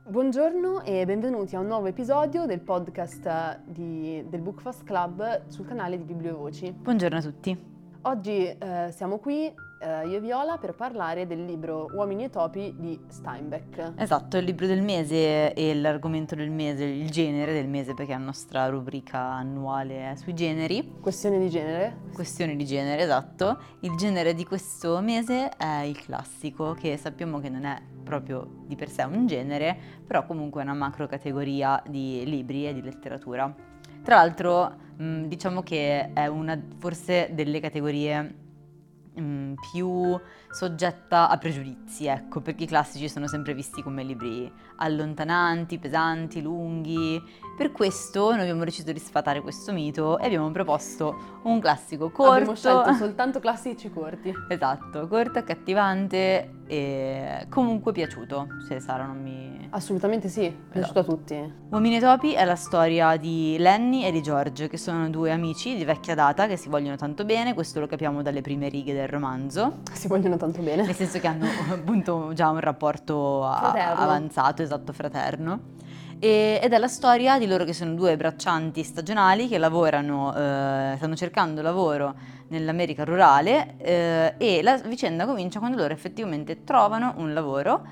Buongiorno e benvenuti a un nuovo episodio del podcast del Bookfast Club sul canale di Bibliovoci. Buongiorno a tutti. Oggi siamo qui, io e Viola, per parlare del libro Uomini e topi di Steinbeck. Esatto, il libro del mese e l'argomento del mese, il genere del mese, perché la nostra rubrica annuale è sui generi. Questione di genere. Questioni di genere, esatto. Il genere di questo mese è il classico, che sappiamo che non è proprio di per sé un genere, però comunque è una macro categoria di libri e di letteratura. Tra l'altro, diciamo che è una forse delle categorie più soggetta a pregiudizi, ecco, perché i classici sono sempre visti come libri allontananti, pesanti, lunghi. Per questo noi abbiamo deciso di sfatare questo mito e abbiamo proposto un classico corto. Abbiamo scelto soltanto classici corti. Esatto, corto, accattivante e comunque piaciuto, se Sara non mi... Assolutamente sì, è piaciuto a tutti. Uomini e topi è la storia di Lenny e di George, che sono due amici di vecchia data che si vogliono tanto bene, questo lo capiamo dalle prime righe del romanzo. Si vogliono tanto bene. Nel senso che hanno appunto già un rapporto avanzato, esatto, fraterno. Ed è la storia di loro che sono due braccianti stagionali che lavorano, stanno cercando lavoro nell'America rurale e la vicenda comincia quando loro effettivamente trovano un lavoro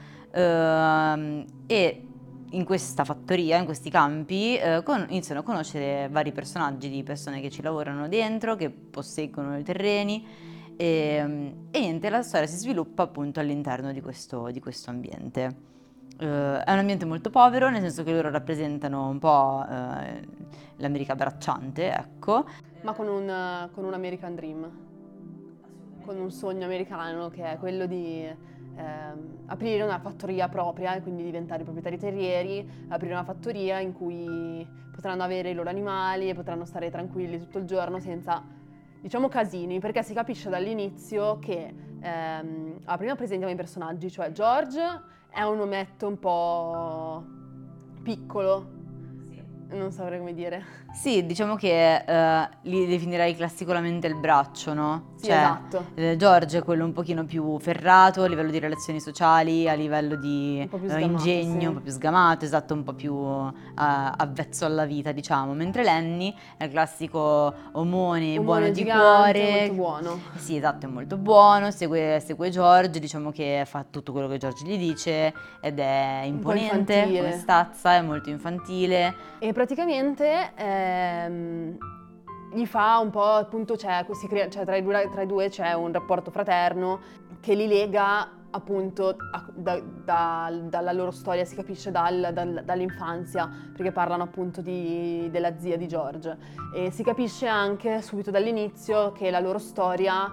e in questa fattoria, in questi campi, iniziano a conoscere vari personaggi di persone che ci lavorano dentro, che posseggono i terreni e niente, la storia si sviluppa appunto all'interno di questo ambiente. È un ambiente molto povero, nel senso che loro rappresentano un po' l'America bracciante, ecco. Ma con un American Dream, con un sogno americano che è quello di aprire una fattoria propria e quindi diventare proprietari terrieri, aprire una fattoria in cui potranno avere i loro animali e potranno stare tranquilli tutto il giorno senza, diciamo, casini, perché si capisce dall'inizio che prima presentiamo i personaggi, cioè George è un ometto un po' piccolo, non saprei come dire. Sì, diciamo che li definirei classicamente il braccio, no? Sì, esatto. George è quello un pochino più ferrato a livello di relazioni sociali, a livello di Un po' più sgamato, ingegno, sì. un po' più sgamato, esatto, un po' più avvezzo alla vita, diciamo. Mentre Lenny è il classico omone buono di gigante, cuore. molto buono. Sì, esatto, è molto buono, segue George, diciamo che fa tutto quello che George gli dice ed è imponente infantile. come stazza, è molto infantile. E praticamente gli fa un po', appunto, tra i due c'è un rapporto fraterno che li lega appunto dalla loro storia, si capisce dall'infanzia, perché parlano appunto della zia di George. E si capisce anche subito dall'inizio che la loro storia...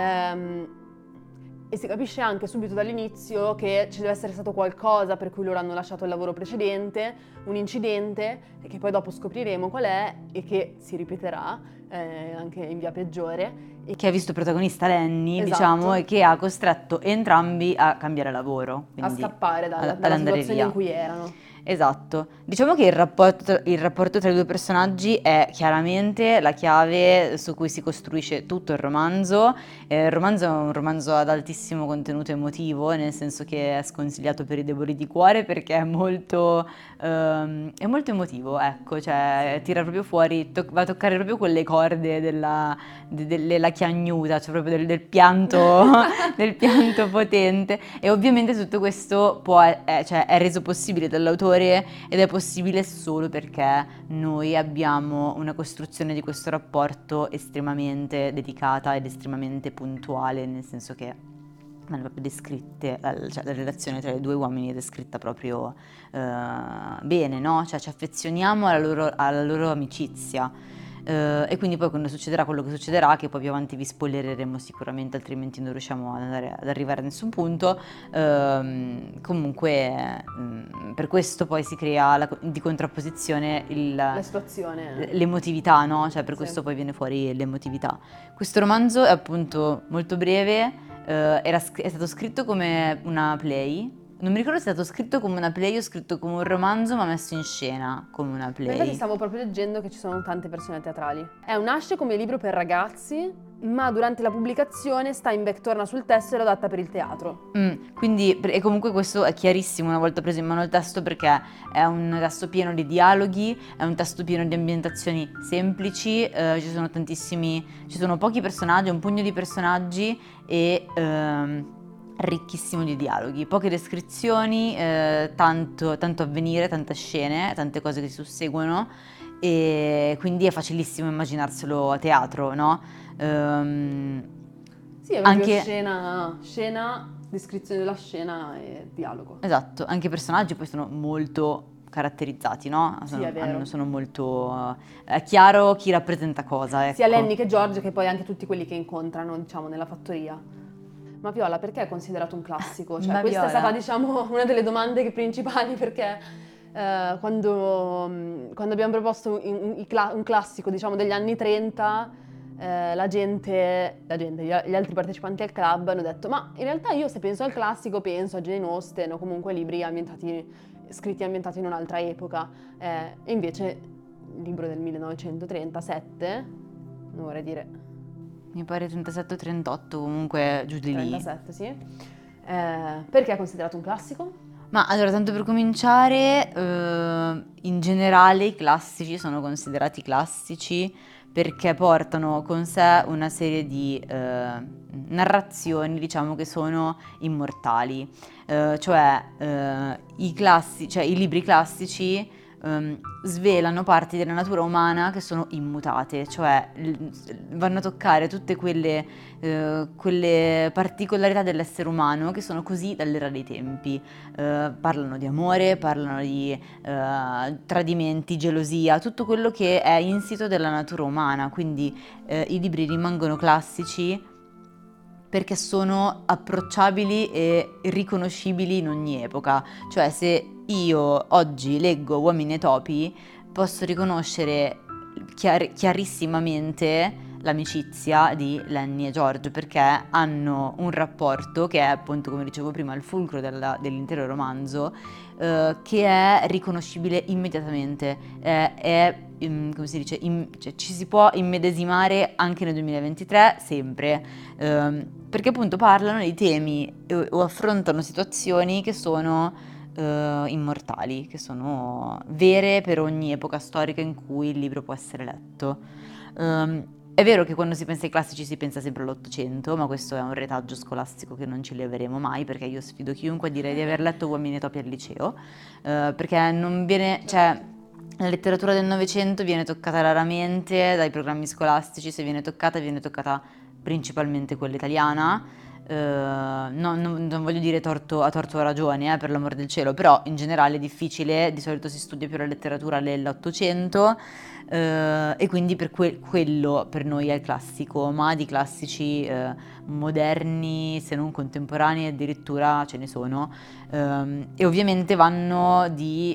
E si capisce anche subito dall'inizio che ci deve essere stato qualcosa per cui loro hanno lasciato il lavoro precedente, un incidente, che poi dopo scopriremo qual è e che si ripeterà anche in via peggiore. Che ha visto protagonista Lenny, Esatto. Diciamo, e che ha costretto entrambi a cambiare lavoro. A scappare dalla andare situazione via. in cui erano. Esatto, diciamo che il rapporto tra i due personaggi è chiaramente la chiave su cui si costruisce tutto il romanzo. Il romanzo è un romanzo ad altissimo contenuto emotivo, nel senso che è sconsigliato per i deboli di cuore perché è molto emotivo, ecco, cioè tira proprio fuori, va a toccare proprio quelle corde della chiagnuta, cioè proprio del pianto, del pianto potente. E ovviamente tutto questo è reso possibile dall'autore ed è possibile solo perché noi abbiamo una costruzione di questo rapporto estremamente dedicata ed estremamente puntuale, nel senso che vanno proprio descritte, cioè la relazione tra i due uomini è descritta proprio bene, no? Cioè ci affezioniamo alla loro amicizia. E quindi poi quando succederà quello che succederà, che poi più avanti vi spoilereremo sicuramente, altrimenti non riusciamo ad arrivare a nessun punto, comunque per questo poi si crea di contrapposizione La situazione. l'emotività, no? Cioè per Sì. questo poi viene fuori l'emotività. Questo romanzo è appunto molto breve, è stato scritto come una play. Non mi ricordo se è stato scritto come una play o scritto come un romanzo, ma messo in scena come una play. Infatti stavo proprio leggendo che ci sono tante versioni teatrali. Nasce come libro per ragazzi, ma durante la pubblicazione Steinbeck torna sul testo e lo adatta per il teatro. Quindi, e comunque questo è chiarissimo una volta preso in mano il testo, perché è un testo pieno di dialoghi, è un testo pieno di ambientazioni semplici, ci sono pochi personaggi, un pugno di personaggi e ricchissimo di dialoghi, poche descrizioni, tanto avvenire, tante scene, tante cose che si susseguono, e quindi è facilissimo immaginarselo a teatro, no? Sì, è proprio scena, descrizione della scena e dialogo. Esatto, anche i personaggi poi sono molto caratterizzati, no? Sì, è vero. Sono molto... è chiaro chi rappresenta cosa, ecco. Sia Lenny che George, che poi anche tutti quelli che incontrano, diciamo, nella fattoria. Ma Viola, perché è considerato un classico? Cioè, Ma questa Viola? è stata, diciamo, una delle domande principali, perché quando abbiamo proposto un classico, diciamo, degli anni 30, gli altri partecipanti al club hanno detto: ma in realtà io, se penso al classico, penso a Jane Austen o comunque libri scritti ambientati in un'altra epoca. E invece il libro del 1937, non vorrei dire... Mi pare 37 o 38, comunque giù di lì. 37, sì. Perché è considerato un classico? Ma allora, tanto per cominciare, in generale i classici sono considerati classici perché portano con sé una serie di narrazioni, diciamo, che sono immortali. I libri classici svelano parti della natura umana che sono immutate, cioè vanno a toccare tutte quelle particolarità dell'essere umano che sono così dall'era dei tempi. Parlano di amore, parlano di tradimenti, gelosia, tutto quello che è insito della natura umana, quindi i libri rimangono classici perché sono approcciabili e riconoscibili in ogni epoca. Cioè, se io oggi leggo Uomini e Topi, posso riconoscere chiarissimamente l'amicizia di Lenny e George, perché hanno un rapporto che è, appunto, come dicevo prima, il fulcro dell'intero romanzo, che è riconoscibile immediatamente. Come si dice, cioè, ci si può immedesimare anche nel 2023, sempre, perché appunto parlano di temi o affrontano situazioni che sono immortali, che sono vere per ogni epoca storica in cui il libro può essere letto. È vero che quando si pensa ai classici si pensa sempre all'Ottocento, ma questo è un retaggio scolastico che non ci leveremo mai, perché io sfido chiunque a dire di aver letto Uomini e Topi al liceo, perché non viene, cioè, la letteratura del Novecento viene toccata raramente dai programmi scolastici, se viene toccata principalmente quella italiana. Non voglio dire a torto o ragione, per l'amor del cielo, però in generale è difficile, di solito si studia più la letteratura dell'Ottocento, e quindi per quello per noi è il classico, ma di classici moderni, se non contemporanei, addirittura ce ne sono, e ovviamente vanno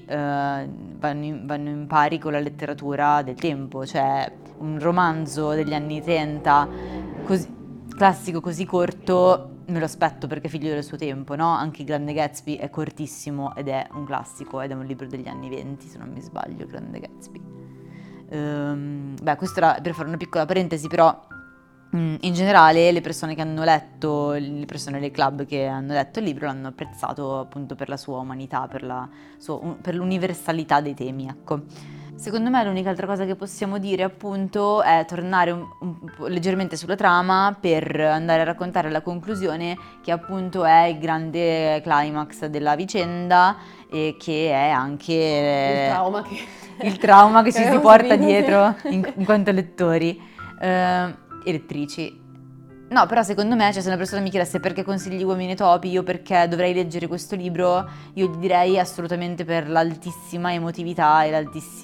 in pari con la letteratura del tempo, cioè un romanzo degli anni 30 così classico, così corto, me lo aspetto perché è figlio del suo tempo, no? Anche Il Grande Gatsby è cortissimo ed è un classico, ed è un libro degli anni 20, se non mi sbaglio, Il Grande Gatsby. Questo era per fare una piccola parentesi, però in generale le persone del club che hanno letto il libro l'hanno apprezzato appunto per la sua umanità, per l'universalità dei temi, ecco. Secondo me l'unica altra cosa che possiamo dire, appunto, è tornare un po' leggermente sulla trama per andare a raccontare la conclusione, che appunto è il grande climax della vicenda e che è anche il trauma che ci si porta dietro in quanto lettori e lettrici. No, però secondo me, cioè, se una persona mi chiedesse perché consigli Uomini e Topi, io perché dovrei leggere questo libro, io gli direi assolutamente per l'altissima emotività e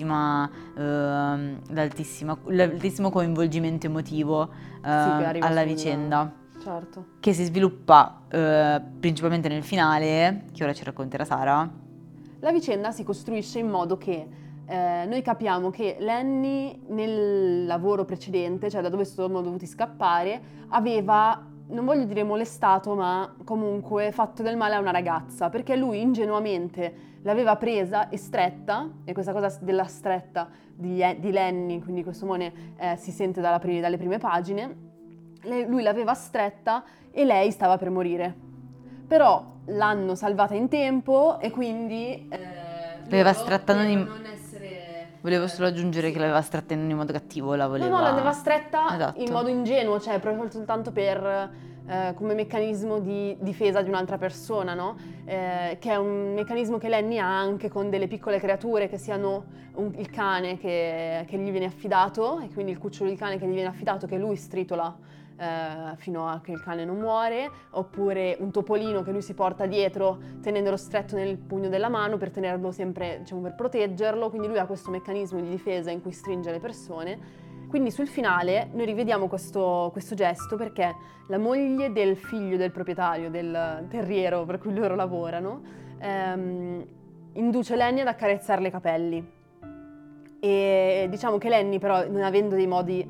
l'altissimo coinvolgimento emotivo alla vicenda. Certo. Che si sviluppa principalmente nel finale, che ora ci racconterà Sara. La vicenda si costruisce in modo che noi capiamo che Lenny nel lavoro precedente, cioè da dove sono dovuti scappare, aveva, non voglio dire molestato, ma comunque fatto del male a una ragazza, perché lui ingenuamente l'aveva presa e stretta, e questa cosa della stretta di Lenny, quindi questo Mone, si sente dalle prime pagine, lui l'aveva stretta e lei stava per morire. Però l'hanno salvata in tempo e quindi L'aveva stretta non in- non essere... Volevo solo aggiungere che l'aveva stretta in un modo cattivo, la voleva... No, l'aveva stretta Esatto. in modo ingenuo, cioè proprio soltanto per come meccanismo di difesa di un'altra persona, no? Che è un meccanismo che Lenny ha anche con delle piccole creature, che siano il cane che gli viene affidato, e quindi il cucciolo di cane che gli viene affidato, che lui stritola fino a che il cane non muore, oppure un topolino che lui si porta dietro tenendolo stretto nel pugno della mano per tenerlo sempre, diciamo, per proteggerlo. Quindi lui ha questo meccanismo di difesa in cui stringe le persone. Quindi sul finale noi rivediamo questo gesto perché la moglie del figlio del proprietario, del terriero per cui loro lavorano, induce Lenny ad accarezzarle i capelli. E diciamo che Lenny però, non avendo dei modi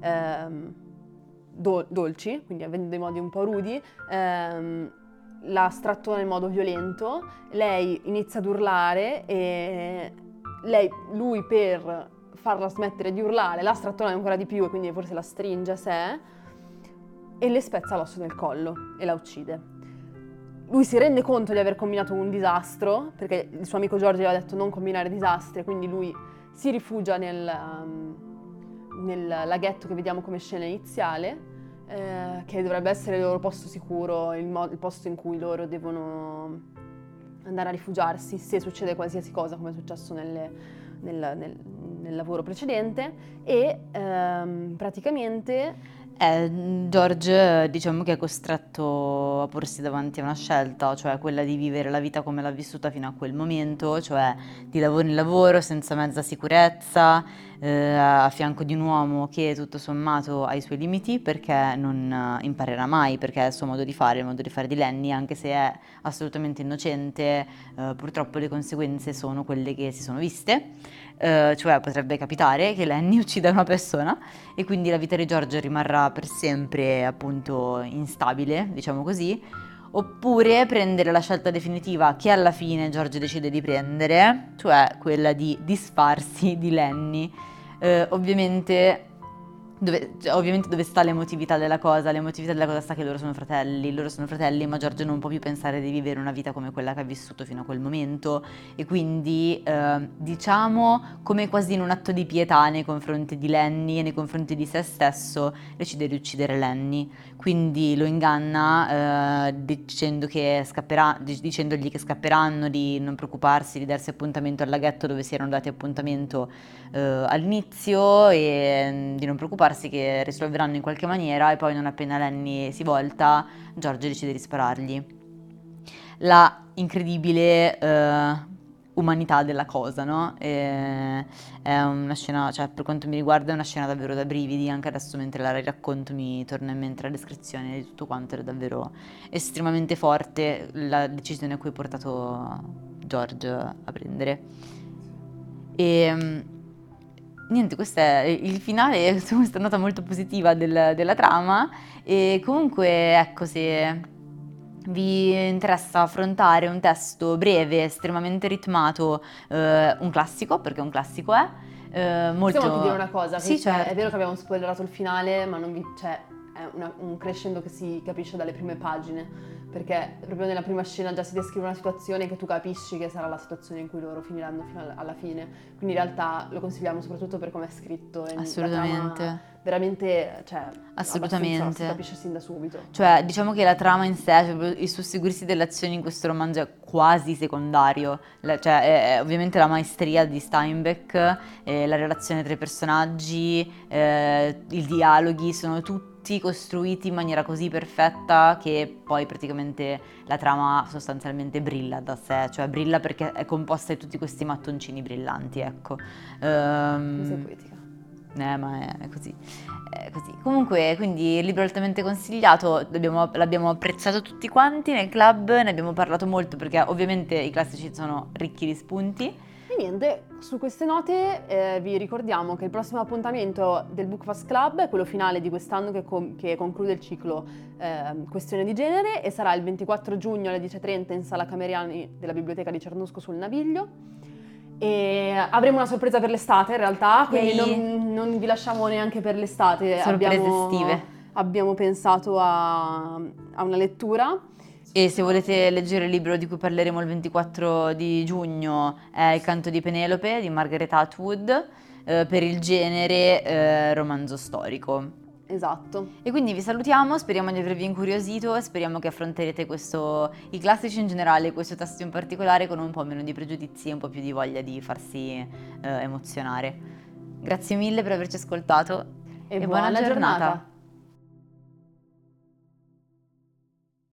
dolci, quindi avendo dei modi un po' rudi, la strattona in modo violento, lei inizia ad urlare e lui per farla smettere di urlare la strattona ancora di più e quindi forse la stringe a sé e le spezza l'osso del collo e la uccide. Lui si rende conto di aver combinato un disastro, perché il suo amico Giorgio gli aveva detto non combinare disastri, quindi lui si rifugia nel laghetto che vediamo come scena iniziale, che dovrebbe essere il loro posto sicuro, il posto in cui loro devono andare a rifugiarsi se succede qualsiasi cosa, come è successo nel lavoro precedente, e praticamente... George, diciamo che è costretto a porsi davanti a una scelta, cioè quella di vivere la vita come l'ha vissuta fino a quel momento, cioè di lavoro in lavoro, senza mezza sicurezza, a fianco di un uomo che tutto sommato ha i suoi limiti perché non imparerà mai, perché è il suo modo di fare, il modo di fare di Lenny, anche se è assolutamente innocente, purtroppo le conseguenze sono quelle che si sono viste. Cioè potrebbe capitare che Lenny uccida una persona e quindi la vita di George rimarrà per sempre appunto instabile, diciamo così, oppure prendere la scelta definitiva che alla fine George decide di prendere, cioè quella di disfarsi di Lenny. Ovviamente dove sta l'emotività della cosa? L'emotività della cosa sta che loro sono fratelli, ma Giorgio non può più pensare di vivere una vita come quella che ha vissuto fino a quel momento e quindi diciamo come quasi in un atto di pietà nei confronti di Lenny e nei confronti di se stesso decide di uccidere Lenny, quindi lo inganna dicendogli che scapperanno, di non preoccuparsi, di darsi appuntamento al laghetto dove si erano dati appuntamento all'inizio e di non preoccuparsi che risolveranno in qualche maniera e poi non appena Lenny si volta Giorgio decide di sparargli. La incredibile umanità della cosa, no? È una scena, cioè per quanto mi riguarda è una scena davvero da brividi, anche adesso mentre la racconto mi torna in mente la descrizione di tutto quanto, è davvero estremamente forte la decisione a cui ha portato George a prendere. E niente, questo è il finale su questa nota molto positiva della trama e comunque ecco, se vi interessa affrontare un testo breve, estremamente ritmato, un classico, perché un classico molto... Possiamo anche dire una cosa, Sì, certo. è vero che abbiamo spoilerato il finale, ma non vi, cioè, è un crescendo che si capisce dalle prime pagine, perché proprio nella prima scena già si descrive una situazione che tu capisci che sarà la situazione in cui loro finiranno fino alla fine, quindi in realtà lo consigliamo soprattutto per come è scritto. E Assolutamente. la trama veramente, cioè, Assolutamente. si capisce sin da subito. Cioè, diciamo che la trama in sé, cioè, il susseguirsi delle azioni in questo romanzo è quasi secondario. Cioè, è ovviamente la maestria di Steinbeck, la relazione tra i personaggi, i dialoghi, sono tutti costruiti in maniera così perfetta che poi praticamente la trama sostanzialmente brilla da sé, cioè brilla perché è composta di tutti questi mattoncini brillanti, ecco. Sei poetica. Ma è così. È così. Comunque, quindi libro altamente consigliato, l'abbiamo apprezzato tutti quanti nel club, ne abbiamo parlato molto perché ovviamente i classici sono ricchi di spunti. E niente, su queste note vi ricordiamo che il prossimo appuntamento del Bookfast Club è quello finale di quest'anno che conclude il ciclo Questione di genere e sarà il 24 giugno alle 10:30 in Sala Cameriani della Biblioteca di Cernusco sul Naviglio. E avremo una sorpresa per l'estate in realtà, quindi non vi lasciamo neanche per l'estate. Sorprese estive. abbiamo pensato a una lettura. E se volete leggere il libro di cui parleremo il 24 di giugno è Il canto di Penelope di Margaret Atwood, per il genere romanzo storico. Esatto. E quindi vi salutiamo, speriamo di avervi incuriosito e speriamo che affronterete i classici in generale, questo testo in particolare, con un po' meno di pregiudizi e un po' più di voglia di farsi emozionare. Grazie mille per averci ascoltato E buona giornata.